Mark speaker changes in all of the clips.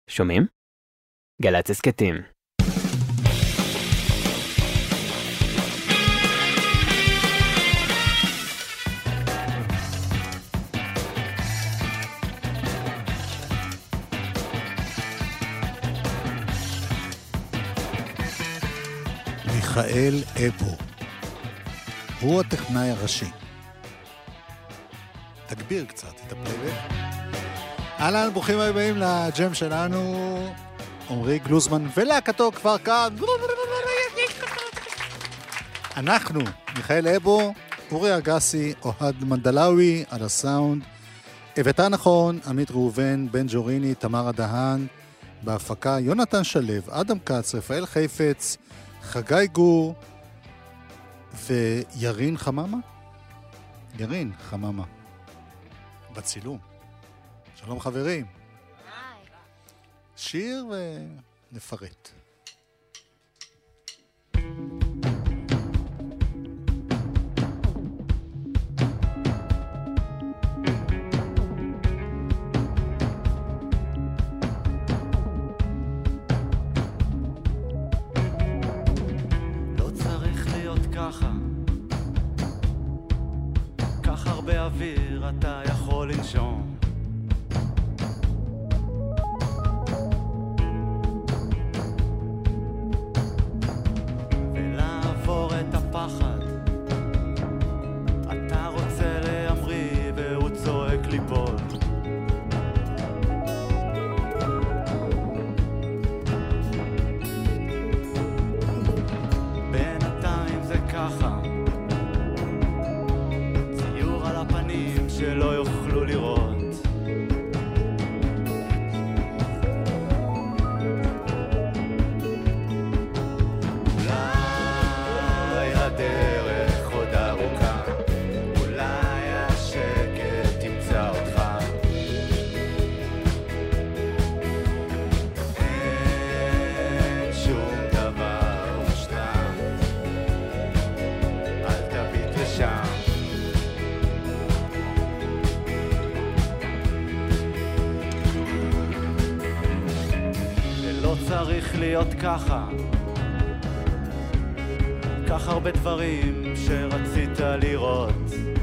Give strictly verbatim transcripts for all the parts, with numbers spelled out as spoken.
Speaker 1: שומעים? גל"צ הסכתים.
Speaker 2: מיכאל אבו הוא הטכנאי הראשי. תגביר קצת את הפלייבק. אהלן, ברוכים הבאים לג'ם שלנו. עמרי גלוזמן ולהקתו כבר כאן. אנחנו, מיכאל אבו, אורי אגסי, אוהד מנדלאוי על הסאונד, אביתר נכון, עמית ראובן, בן ג'וריני, תמר הדהן, בהפקה יונתן שלב, אדם קץ, רפאל חיפץ, חגי גור וירין חממה? ירין חממה. בצילום. שלום חברים.
Speaker 3: היי.
Speaker 2: שיר ונפרט.
Speaker 4: לא צריך להיות ככה, כך הרבה אוויר אתה יכול לנשום. צריך להיות ככה, כך הרבה דברים שרצית לראות.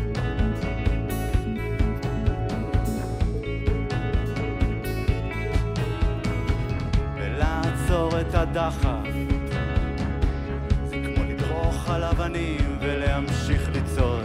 Speaker 4: ולעצור את הדחף, זה כמו לדרוך על אבנים ולהמשיך לצעוד.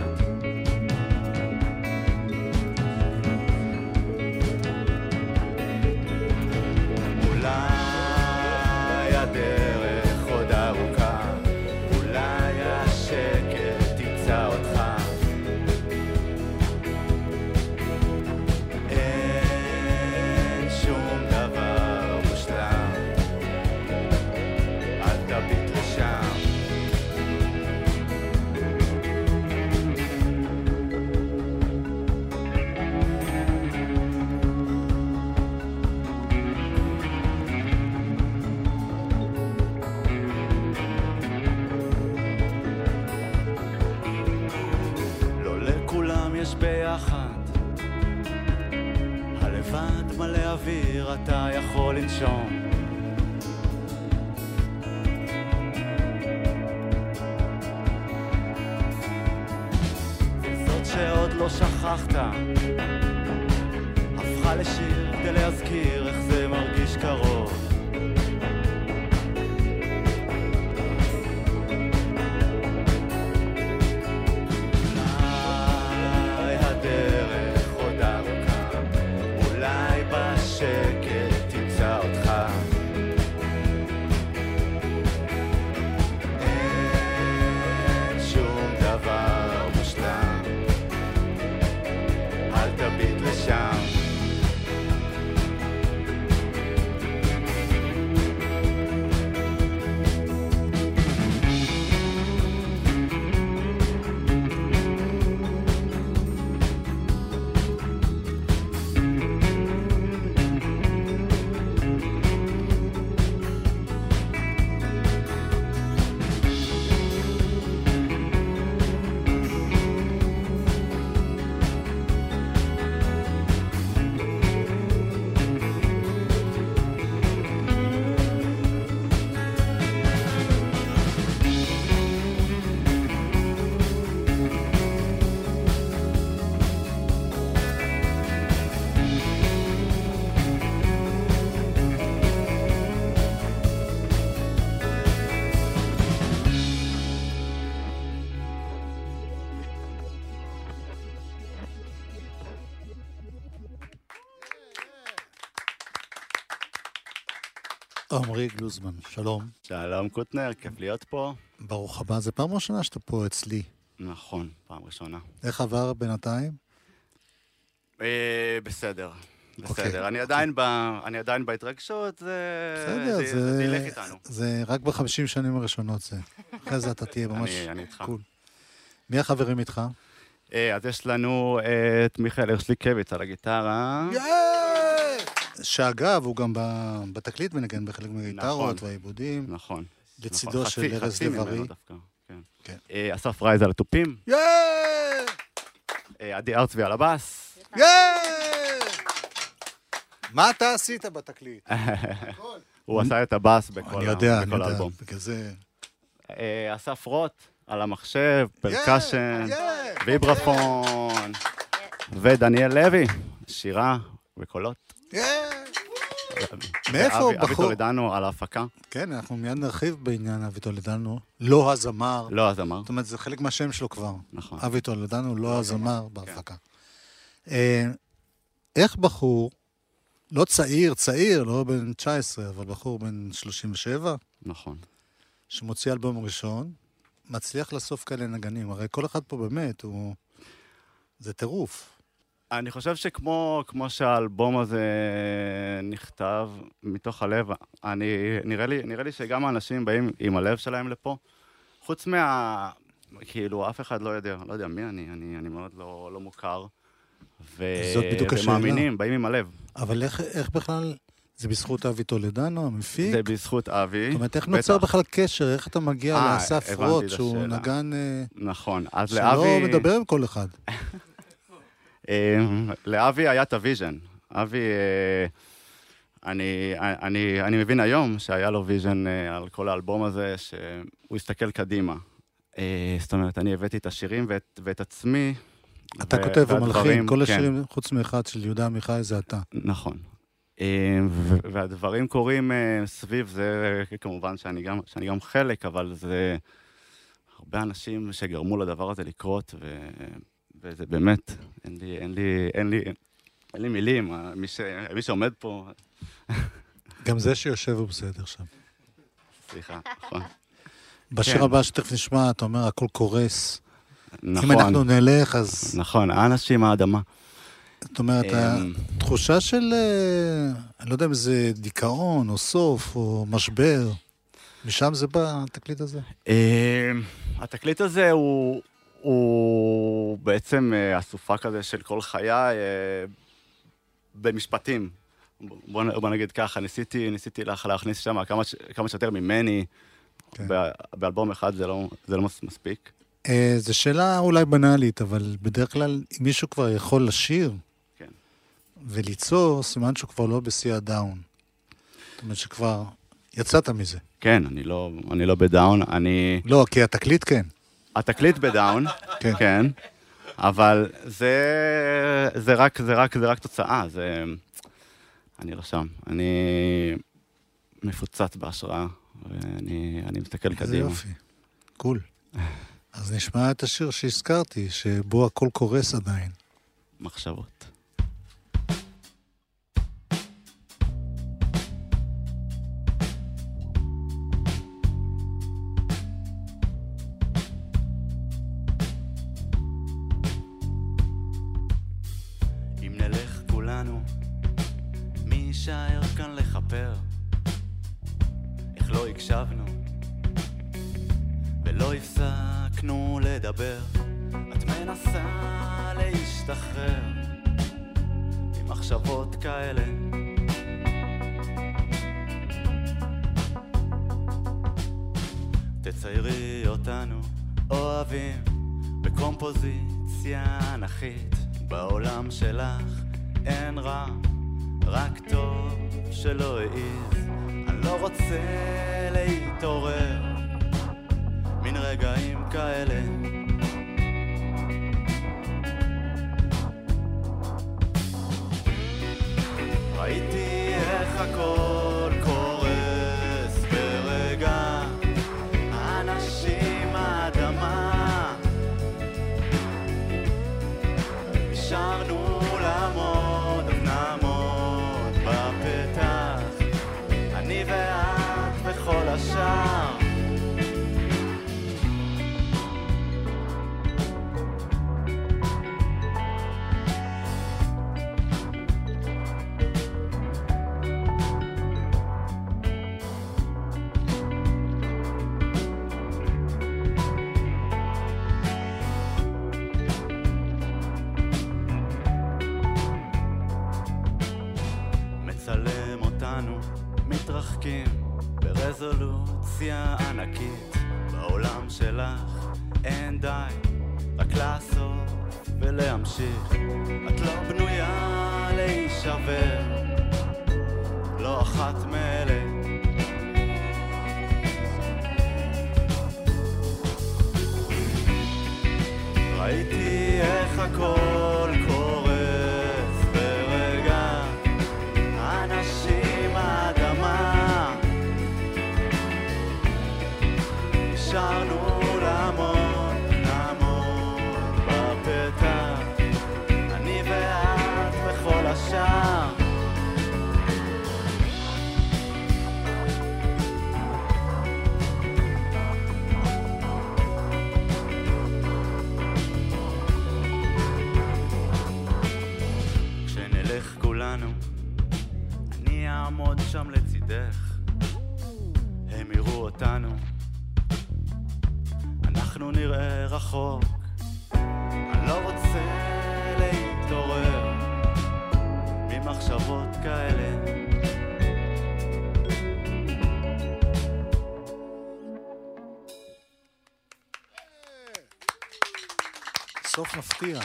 Speaker 4: הלבד מלא אוויר, אתה יכול לנשום. זאת שעוד לא שכחת הפכה לשיר כדי להזכיר איך זה מרגיש קרוב.
Speaker 2: עמרי גלוזמן, שלום.
Speaker 3: שלום קוטנר, כיף להיות פה.
Speaker 2: ברוך הבא, זה פעם ראשונה שאתה פה אצלי.
Speaker 3: נכון, פעם ראשונה.
Speaker 2: איך עבר בינתיים?
Speaker 3: אה, בסדר,
Speaker 2: אוקיי,
Speaker 3: בסדר. אני עדיין ב... אני עדיין בהתרגשות, זה...
Speaker 2: בסדר,
Speaker 3: זה...
Speaker 2: זה...
Speaker 3: זה ילך איתנו.
Speaker 2: זה רק בחמישים שנים הראשונות זה. אחרי זה אתה תהיה ממש
Speaker 3: אני, אני איתך.
Speaker 2: קול. מי החברים איתך?
Speaker 3: אה, אז יש לנו את מיכאל הרשליקביץ על הגיטרה.
Speaker 2: שאגב, הוא גם ב- בתקליט מנגן בחלק מהגיטרות
Speaker 3: נכון.
Speaker 2: והעיבודים.
Speaker 3: נכון.
Speaker 2: לצידו
Speaker 3: נכון.
Speaker 2: של
Speaker 3: חצי-
Speaker 2: ארז
Speaker 3: חצי ממנו
Speaker 2: דברי.
Speaker 3: דווקא, כן.
Speaker 2: כן.
Speaker 3: אה, אסף רייז על התופים. אה, עדי ארצבי על הבאס.
Speaker 2: מה אתה עשית בתקליט?
Speaker 3: הוא עשה את הבאס בכל
Speaker 2: אני
Speaker 3: ה-
Speaker 2: יודע, אני
Speaker 3: בכל
Speaker 2: יודע,
Speaker 3: האלבום.
Speaker 2: בגלל זה...
Speaker 3: אה, אסף רוט על המחשב, פרקשן,
Speaker 2: Yeah!
Speaker 3: ויברפון, ודניאל לוי, שירה וקולות.
Speaker 2: Yeah! מאיפה הוא
Speaker 3: אבי- אבי
Speaker 2: בחור?
Speaker 3: טולדנו על ההפקה.
Speaker 2: כן, אנחנו מיד נרחיב בעניין אבי טולדנו. לא הזמר.
Speaker 3: לא הזמר.
Speaker 2: זאת אומרת, זה חלק מהשם שלו כבר.
Speaker 3: נכון.
Speaker 2: אבי טולדנו, לא הזמר בהפקה. אה, איך בחור, לא צעיר, צעיר, לא בן תשע עשרה, אבל בחור בן שלושים ושבע,
Speaker 3: נכון.
Speaker 2: שמוציא אלבום ראשון, מצליח לסוף כאלה נגנים. הרי כל אחד פה באמת, הוא... זה טירוף.
Speaker 3: אני חושב שכמו כמו שהאלבום הזה נכתב מתוך הלב, אני, נראה לי, נראה לי שגם האנשים באים עם הלב שלהם לפה, חוץ מה... כאילו, אף אחד לא יודע, לא יודע מי אני, אני, אני מאוד לא, לא מוכר. ו...
Speaker 2: זאת בדיוק השאלה.
Speaker 3: ומאמינים, באים עם הלב.
Speaker 2: אבל איך, איך בכלל, זה בזכות אבי טולדנו, המפיק?
Speaker 3: זה בזכות אבי.
Speaker 2: זאת אומרת, איך נוצר
Speaker 3: בטח.
Speaker 2: בכלל קשר? איך אתה מגיע
Speaker 3: אה,
Speaker 2: לאסף
Speaker 3: הבנתי
Speaker 2: רוט,
Speaker 3: את
Speaker 2: שהוא
Speaker 3: השאלה.
Speaker 2: נגן... אה,
Speaker 3: נכון, אז
Speaker 2: שלא
Speaker 3: לאבי...
Speaker 2: מדבר עם כל אחד.
Speaker 3: אה, לאבי היה את הוויז'ן. אבי, אה, אני, אני, אני מבין היום שהיה לו ויז'ן אה, על כל האלבום הזה, שהוא הסתכל קדימה. אה, זאת אומרת, אני הבאתי את השירים ואת, ואת עצמי.
Speaker 2: אתה
Speaker 3: ו-
Speaker 2: כותב
Speaker 3: והדברים,
Speaker 2: ומלחין, כל
Speaker 3: כן,
Speaker 2: השירים, חוץ מאחד של יהודה עמיחי, זה אתה.
Speaker 3: נכון. אה, ו- והדברים קורים אה, סביב זה, כמובן שאני גם, שאני גם חלק, אבל זה הרבה אנשים שגרמו לדבר הזה לקרות, ו... וזה באמת, אין לי, אין לי, אין לי, אין לי מילים, מי, ש, מי שעומד פה,
Speaker 2: גם זה שיושב הוא בסדר שם.
Speaker 3: סליחה, נכון.
Speaker 2: בשיר
Speaker 3: כן.
Speaker 2: הבא שתכף נשמע, אתה אומר, הכל קורס.
Speaker 3: נכון,
Speaker 2: אם אנחנו נלך, אז...
Speaker 3: נכון, האנשים, האדמה.
Speaker 2: זאת אומרת,
Speaker 3: אמ,
Speaker 2: התחושה של... אה, אני לא יודע אם זה דיכאון, או סוף, או משבר. משם זה בא, התקליט הזה?
Speaker 3: אה, התקליט הזה הוא, הוא בעצם אה, אסופה כזה של כל חיי אה, במשפטים. בוא, נ- בוא נגיד ככה, ניסיתי, ניסיתי לה- להכניס שם כמה, ש- כמה שיותר ממני.
Speaker 2: כן.
Speaker 3: ב- באלבום אחד זה לא, זה לא מס- מספיק.
Speaker 2: אה, זו שאלה אולי בנאלית, אבל בדרך כלל, אם מישהו כבר יכול לשיר,
Speaker 3: כן.
Speaker 2: וליצור, סימן שהוא כבר לא בשיא הדאון. זאת אומרת שכבר יצאת מזה.
Speaker 3: כן, אני לא, אני לא בדאון, אני...
Speaker 2: לא, כי התקליט כן.
Speaker 3: התקליט בדאון,
Speaker 2: כן.
Speaker 3: כן, אבל זה, זה רק, זה רק, זה רק תוצאה, זה... אני לא שם, אני מפוצץ בהשראה, ואני אני מסתכל
Speaker 2: איזה
Speaker 3: קדימה.
Speaker 2: יופי. קול. אז נשמע את השיר שהזכרתי, שבו הכל קורס עדיין.
Speaker 3: מחשבות.
Speaker 4: אם נלך כולנו, מי יישאר כאן לחפר? איך לא הקשבנו ולא הפסקנו לדבר? את מנסה להשתחרר ממחשבות כאלה, תציירי אותנו אוהבים בקומפוזיציה אנכית. בעולם שלך אין רע, רק טוב שלא העיז. אני לא רוצה להתעורר מן רגעים כאלה. ראיתי איך הכל קורס ברגע, האנשים, האדמה, נשארנו לעמוד, אז נעמוד בפתח, אני ואת.
Speaker 3: אותנו מתרחקים ברזולוציה ענקית. בעולם שלך אין די, רק לעשות ולהמשיך. את לא בנויה להישבר, לא אחת מאלה. ראיתי איך הכל קורס ברגע, אנשים האדמה, נשארנו לעמוד, לעמוד בפתח, אני ואת בכל השאר. אני אעמוד שם לצידך, הם יראו אותנו, אנחנו נראה רחוק. אני לא רוצה להתעורר ממחשבות כאלה.
Speaker 2: סוף מפתיע.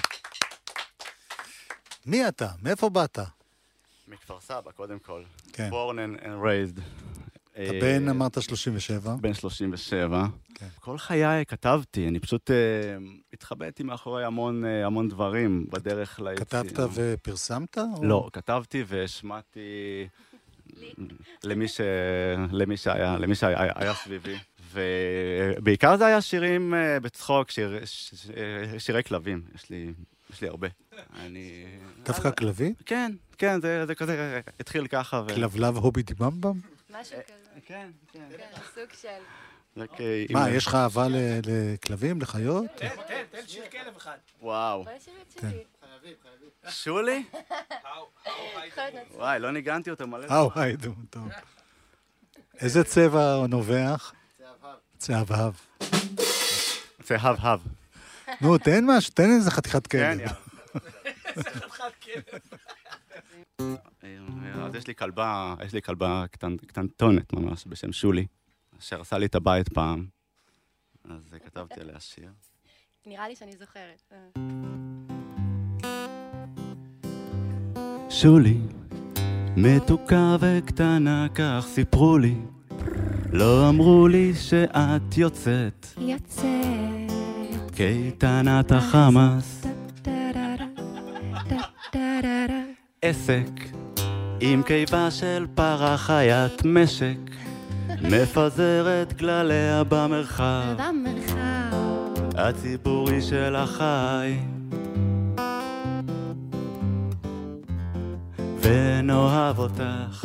Speaker 2: מי אתה? מאיפה באת?
Speaker 3: מכפר סבא, קודם כל.
Speaker 2: כן.
Speaker 3: Born and, and raised.
Speaker 2: אתה בן, אמרת שלושים ושבע.
Speaker 3: בן שלושים ושבע.
Speaker 2: כן.
Speaker 3: כל חיי כתבתי, אני פשוט uh, התחבאתי מאחורי המון, uh, המון דברים בדרך ליציאה.
Speaker 2: כתבת ופרסמת? או...
Speaker 3: לא, כתבתי והשמעתי למי, ש... למי שהיה, למי שהיה היה סביבי. ובעיקר זה היה שירים uh, בצחוק, שיר... ש... שירי כלבים. יש לי, יש לי הרבה. אני...
Speaker 2: דווקא כלבי?
Speaker 3: כן, כן, זה, זה כזה, התחיל ככה. ו...
Speaker 2: כלבלב הובי דיבמבם?
Speaker 5: משהו כזה.
Speaker 3: כן, כן.
Speaker 5: כן, סוג של...
Speaker 2: מה, יש לך אהבה לכלבים, לחיות?
Speaker 6: תן, תן, תן שיר כלב אחד.
Speaker 3: וואו.
Speaker 5: בוא נשאיר את שולי.
Speaker 6: חייבים, חייבים.
Speaker 3: שולי?
Speaker 5: יכול להיות נצא.
Speaker 3: וואי, לא ניגנתי אותו מלא.
Speaker 2: אה, וואי, טוב. איזה צבע הוא נובח?
Speaker 6: צהבהב.
Speaker 3: צהב הב.
Speaker 2: נו, תן משהו, תן איזה חתיכת
Speaker 3: כן,
Speaker 2: כלב.
Speaker 6: איזה חתיכת כלב.
Speaker 3: אז יש לי כלבה, יש לי כלבה קטנטונת ממש בשם שולי, אשר עשה לי את הבית פעם. אז כתבתי עליה שיר.
Speaker 5: נראה לי שאני זוכרת.
Speaker 3: שולי, מתוקה וקטנה, כך סיפרו לי, לא אמרו לי שאת יוצאת.
Speaker 5: יוצאת.
Speaker 3: קייטנת החמאס. עסק עם קיבה של פרה חיית משק, מפזרת כלליה במרחב
Speaker 5: במרחב
Speaker 3: הציבורי של החי, ונאהב אותך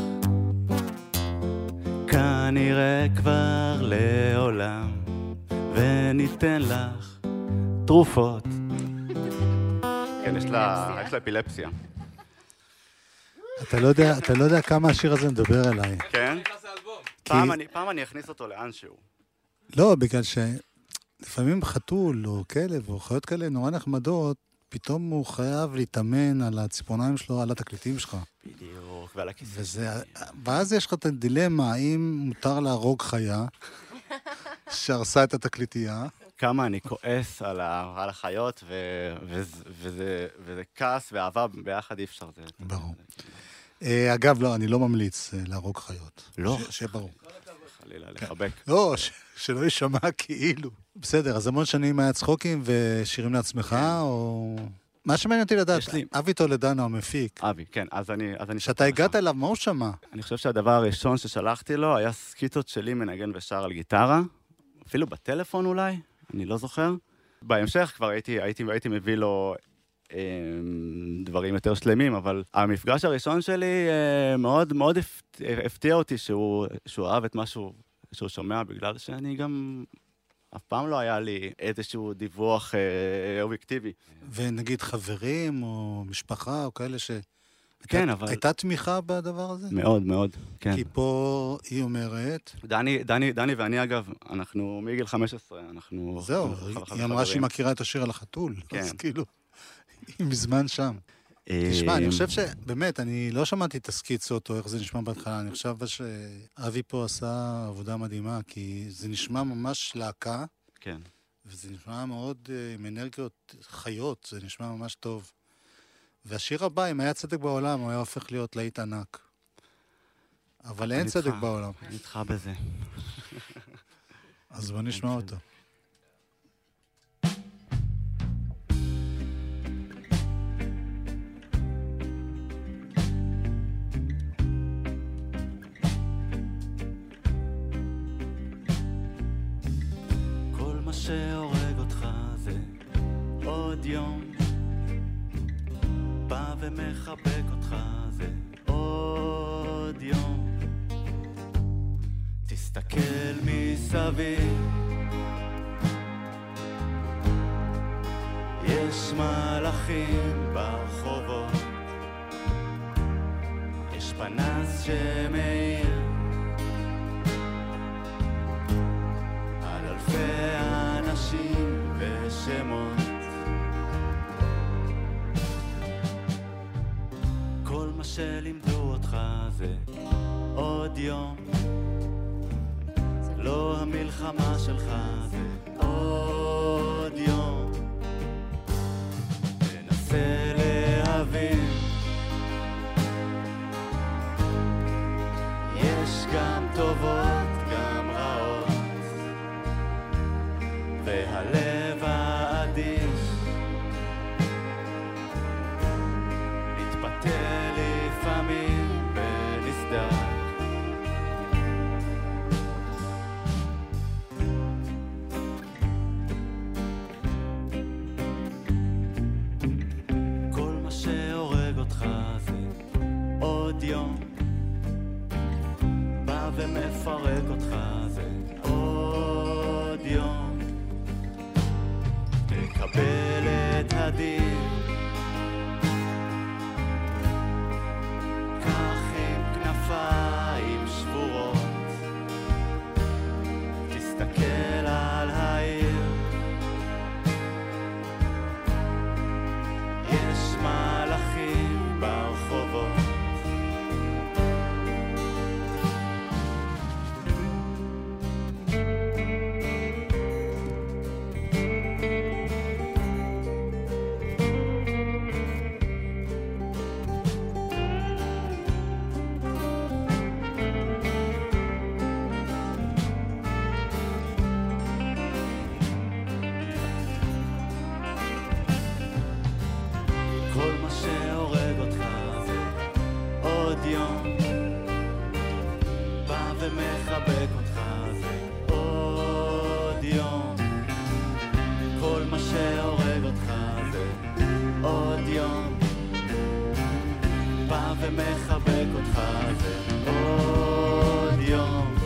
Speaker 3: כנראה כבר לעולם, וניתן לך תרופות. כן, יש לה אפילפסיה.
Speaker 2: אתה לא יודע, אתה לא יודע כמה השיר הזה מדבר אליי.
Speaker 3: כן? פעם אני, פעם אני אכניס אותו לאנשהו.
Speaker 2: לא, בגלל שלפעמים חתול או כלב או חיות כאלה נורא נחמדות, פתאום הוא חייב להתאמן על הציפורניים שלו, על התקליטים שלך.
Speaker 3: בדיוק, ועל הכיסא.
Speaker 2: וזה, ואז יש לך את הדילמה, האם מותר להרוג חיה שהרסה את התקליטייה.
Speaker 3: כמה אני כועס על, ה, על החיות, ו, וזה, וזה, וזה כעס ואהבה ביחד אי אפשר. זה,
Speaker 2: ברור. אגב, לא, אני לא ממליץ להרוג חיות.
Speaker 3: לא.
Speaker 2: שיהיה ברור.
Speaker 3: חלילה, לחבק.
Speaker 2: לא, שלא יישמע כאילו. בסדר, אז המון שנים היה צחוקים ושירים לעצמך, או... מה שמעניין אותי לדעת, אבי טולדנו המפיק.
Speaker 3: אבי, כן, אז אני...
Speaker 2: שאתה הגעת אליו, מה הוא שמע?
Speaker 3: אני חושב שהדבר הראשון ששלחתי לו היה סקיטות שלי מנגן ושר על גיטרה, אפילו בטלפון אולי, אני לא זוכר. בהמשך כבר הייתי, הייתי, הייתי מביא לו אה, דברים יותר שלמים, אבל המפגש הראשון שלי אה, מאוד, מאוד הפתיע אותי שהוא, שהוא אהב את משהו שהוא שומע, בגלל שאני גם... אף פעם לא היה לי איזשהו דיווח אה, אובייקטיבי.
Speaker 2: ונגיד חברים או משפחה או כאלה ש...
Speaker 3: כן, אבל...
Speaker 2: הייתה תמיכה בדבר הזה?
Speaker 3: מאוד, מאוד, כן.
Speaker 2: כי פה היא אומרת...
Speaker 3: דני, דני, דני ואני אגב, אנחנו מגיל חמש עשרה, אנחנו...
Speaker 2: זהו, היא אמרה שהיא מכירה את השיר על החתול.
Speaker 3: כן.
Speaker 2: אז כאילו, היא מזמן שם. תשמע, אני חושב שבאמת, אני לא שמעתי את הסקיצות או איך זה נשמע בהתחלה, אני חושב שאבי פה עשה עבודה מדהימה, כי זה נשמע ממש להקה,
Speaker 3: כן.
Speaker 2: וזה נשמע מאוד עם אנרגיות חיות, זה נשמע ממש טוב. והשיר הבא, אם היה צדק בעולם, הוא היה הופך להיות להיט ענק. אבל אין צדק בעולם.
Speaker 3: אני איתך בזה.
Speaker 2: אז בוא נשמע אותו.
Speaker 4: כל מה שהורג אותך זה עוד יום, בא ומחבק אותך זה עוד יום. תסתכל מסביב, יש מלאכים ברחובות, יש פנס שמאיר על אלפי אנשים ושמות. כל מה שלימדו אותך זה עוד יום, לא המלחמה שלך זה עוד יום. תנסה להבין, יש גם טובות גם רעות, והלב האדיש מתפתה לפעמים ונסדק. יום בא ומפרק אותך זה עוד יום. תקבל את הדין, כך עם כנפיים שבורות, תסתכל על העיר, יש מלאכים ברחובות. ומחבק אותך זה עוד יום.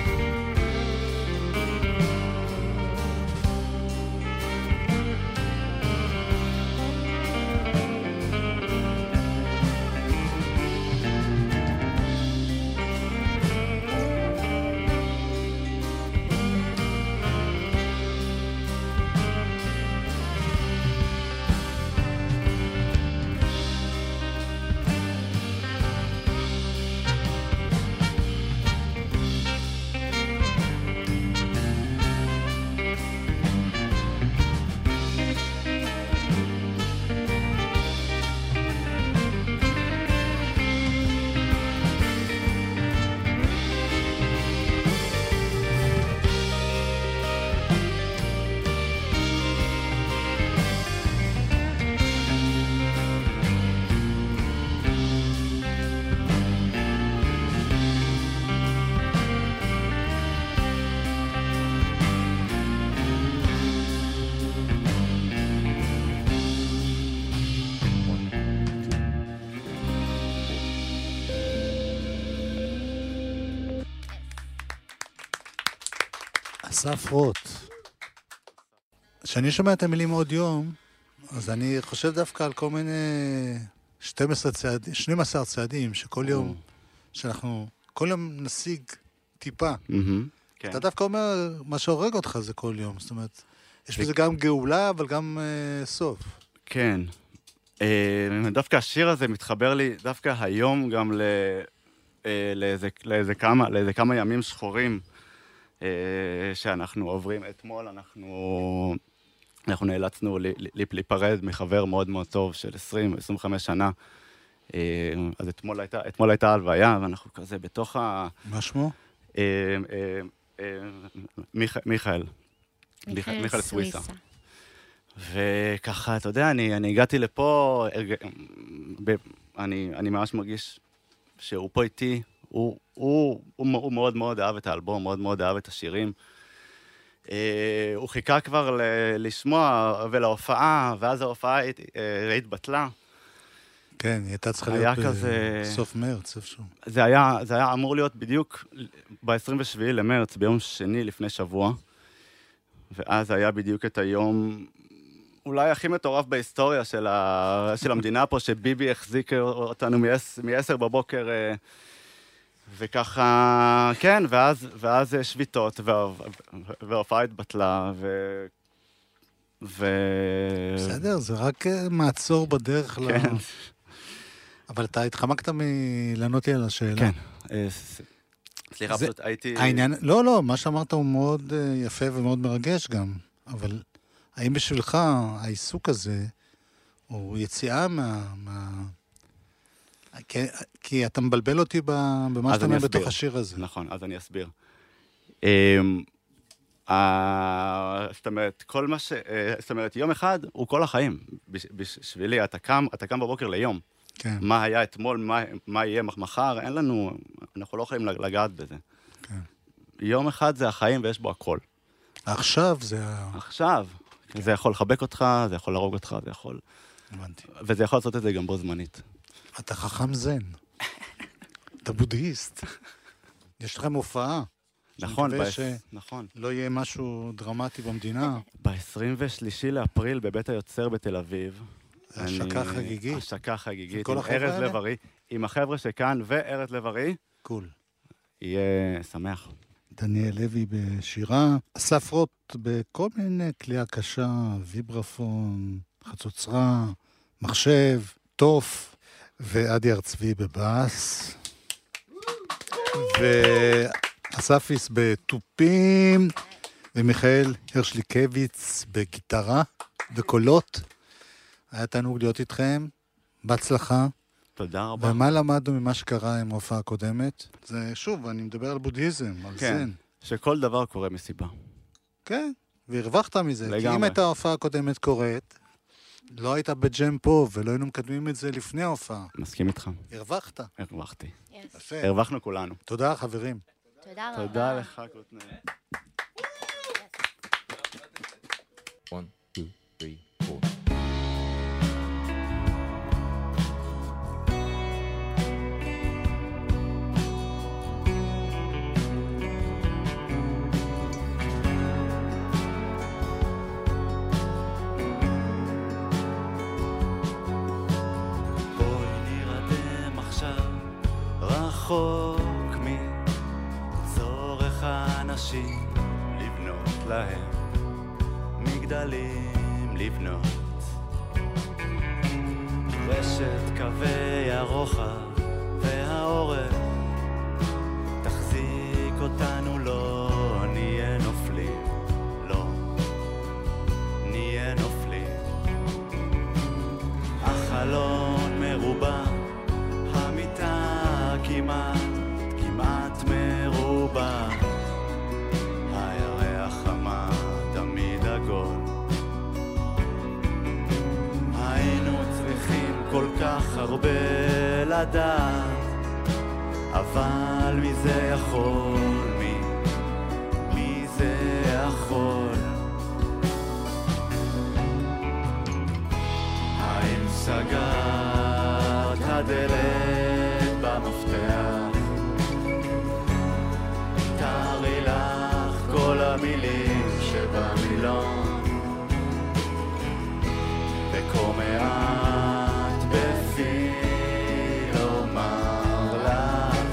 Speaker 2: אסף רוט. כשאני שומע את המילים עוד יום, אז אני חושב דווקא על כל מיני שנים עשר צעדים, שנים עשר צעדים, שכל יום, שאנחנו כל יום נשיג טיפה. אתה דווקא אומר, מה שהורג אותך זה כל יום, זאת אומרת, יש בזה גם גאולה, אבל גם סוף.
Speaker 3: כן. דווקא השיר הזה מתחבר לי דווקא היום גם ל... לאיזה, לאיזה כמה, לאיזה כמה ימים שחורים שאנחנו עוברים. אתמול אנחנו, אנחנו נאלצנו להיפרד מחבר מאוד מאוד טוב של עשרים עשרים וחמש שנה. אז אתמול הייתה, אתמול הייתה הלוויה, ואנחנו כזה בתוך ה...
Speaker 2: מה שמו?
Speaker 3: מיכאל. מיכאל סוויסה. וככה, אתה יודע, אני, אני הגעתי לפה, אני, אני ממש מרגיש שהוא פה איתי, הוא, הוא, הוא, הוא מאוד מאוד אהב את האלבום, מאוד מאוד אהב את השירים. הוא חיכה כבר ל- לשמוע ולהופעה, ואז ההופעה התבטלה.
Speaker 2: כן, היא הייתה צריכה להיות בסוף מרץ, איפשהו.
Speaker 3: זה היה, זה היה אמור להיות בדיוק ב-עשרים ושבעה למרץ, ביום שני לפני שבוע, ואז היה בדיוק את היום... אולי הכי מטורף בהיסטוריה של, ה... של המדינה פה, שביבי החזיק אותנו מ-עשר בבוקר, וככה, כן, ואז, ואז שביתות, וההופעה התבטלה, ו... ו...
Speaker 2: בסדר, זה רק מעצור בדרך
Speaker 3: כן.
Speaker 2: ל... אבל אתה התחמקת מלענות לי על השאלה.
Speaker 3: כן. סליחה, פשוט הייתי...
Speaker 2: העניין... לא, לא, מה שאמרת הוא מאוד יפה ומאוד מרגש גם, אבל... האם בשבילך העיסוק הזה הוא יציאה מה... מה... כי, כי אתה מבלבל אותי במה שאתה אומר בתוך השיר הזה.
Speaker 3: נכון, אז אני אסביר. זאת אומרת, כל מה ש... זאת אומרת, יום אחד הוא כל החיים. בשבילי, אתה קם, אתה קם בבוקר ליום.
Speaker 2: כן.
Speaker 3: מה היה אתמול, מה, מה יהיה מחר, אין לנו... אנחנו לא יכולים לגעת בזה.
Speaker 2: כן.
Speaker 3: יום אחד זה החיים ויש בו הכל.
Speaker 2: עכשיו זה...
Speaker 3: עכשיו. זה יכול לחבק אותך, זה יכול להרוג אותך, זה יכול...
Speaker 2: הבנתי.
Speaker 3: וזה יכול לעשות את זה גם בו זמנית.
Speaker 2: אתה חכם זן. אתה בודהיסט. יש לכם הופעה.
Speaker 3: נכון,
Speaker 2: נכון. לא יהיה משהו דרמטי במדינה.
Speaker 3: ב-עשרים ושלישי לאפריל בבית היוצר בתל אביב.
Speaker 2: השקה חגיגית.
Speaker 3: השקה חגיגית. עם ארז לב-ארי. עם החבר'ה שכאן וארז לב-ארי.
Speaker 2: קול.
Speaker 3: יהיה שמח.
Speaker 2: דניאל לוי בשירה, אסף רוט בכל מיני כלי הקשה, ויברפון, חצוצרה, מחשב, טוף, ועדי ארצבי בבאס, ואספיס בטופים, ומיכאל הרשליקביץ בגיטרה, בקולות. היה תענוג להיות איתכם, בהצלחה.
Speaker 3: תודה רבה.
Speaker 2: ומה למדנו ממה שקרה עם ההופעה הקודמת? זה, שוב, אני מדבר על בודהיזם, על
Speaker 3: כן,
Speaker 2: זן.
Speaker 3: שכל דבר קורה מסיבה.
Speaker 2: כן, והרווחת מזה.
Speaker 3: לגמרי.
Speaker 2: כי אם הייתה ההופעה הקודמת קורית, לא הייתה בג'ם פה, ולא היינו מקדמים את זה לפני ההופעה.
Speaker 3: מסכים איתך.
Speaker 2: הרווחת.
Speaker 3: הרווחתי.
Speaker 2: יפה.
Speaker 3: הרווחנו כולנו.
Speaker 2: תודה, חברים.
Speaker 5: תודה רבה.
Speaker 3: תודה לך, קוטנר.
Speaker 7: One, two, three, four.
Speaker 4: רחוק מצורך האנשים לבנות להם מגדלים לבנות רשת קווי הרוחב והאורך תחזיק אותנו, לא נהיה נופלים, לא נהיה נופלים. החלון מרובע, כמעט, כמעט מרובה, הירח חמה תמיד עגול. היינו צריכים כל כך הרבה לדעת, אבל מי זה יכול, מי, מי זה יכול? האם סגרת הדלת במפתח? תארי לך כל המילים שבמילון, וכה מעט בפי לומר לך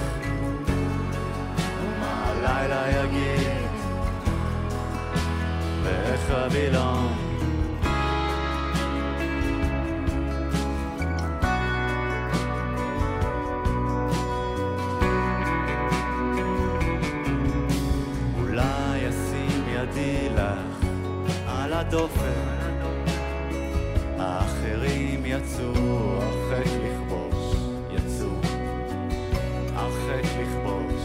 Speaker 4: מה הלילה יגיד ואיך הבילון. הדופן, האחרים יצאו הרחק לכבוש, יצאו הרחק לכבוש.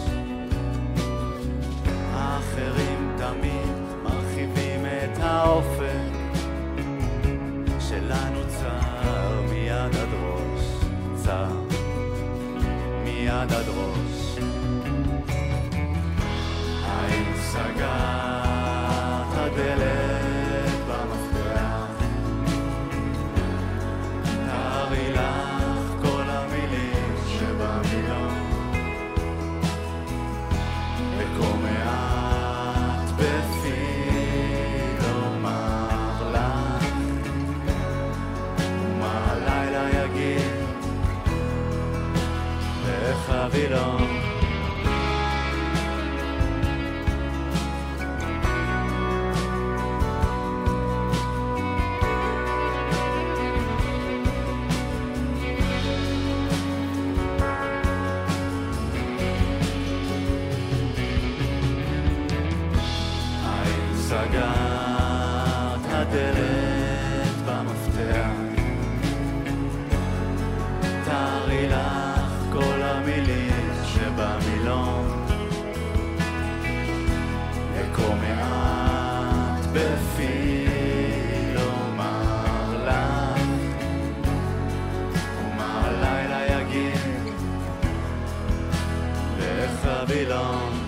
Speaker 4: האחרים תמיד מרחיבים את האופן, שלנו צר מיד עד ראש, צר מיד עד ראש. האם סגרת הדלת במפתח, תארי לך כל המילים שבמילון, וכה מעט בפי לומר לך, ומה הלילה יגיד לחבילון. סגרת הדלת במפתח, תארי לך כל המילים שבמילון, וכה מעט בפי לומר לך, ומה הלילה יגיד לחבילון.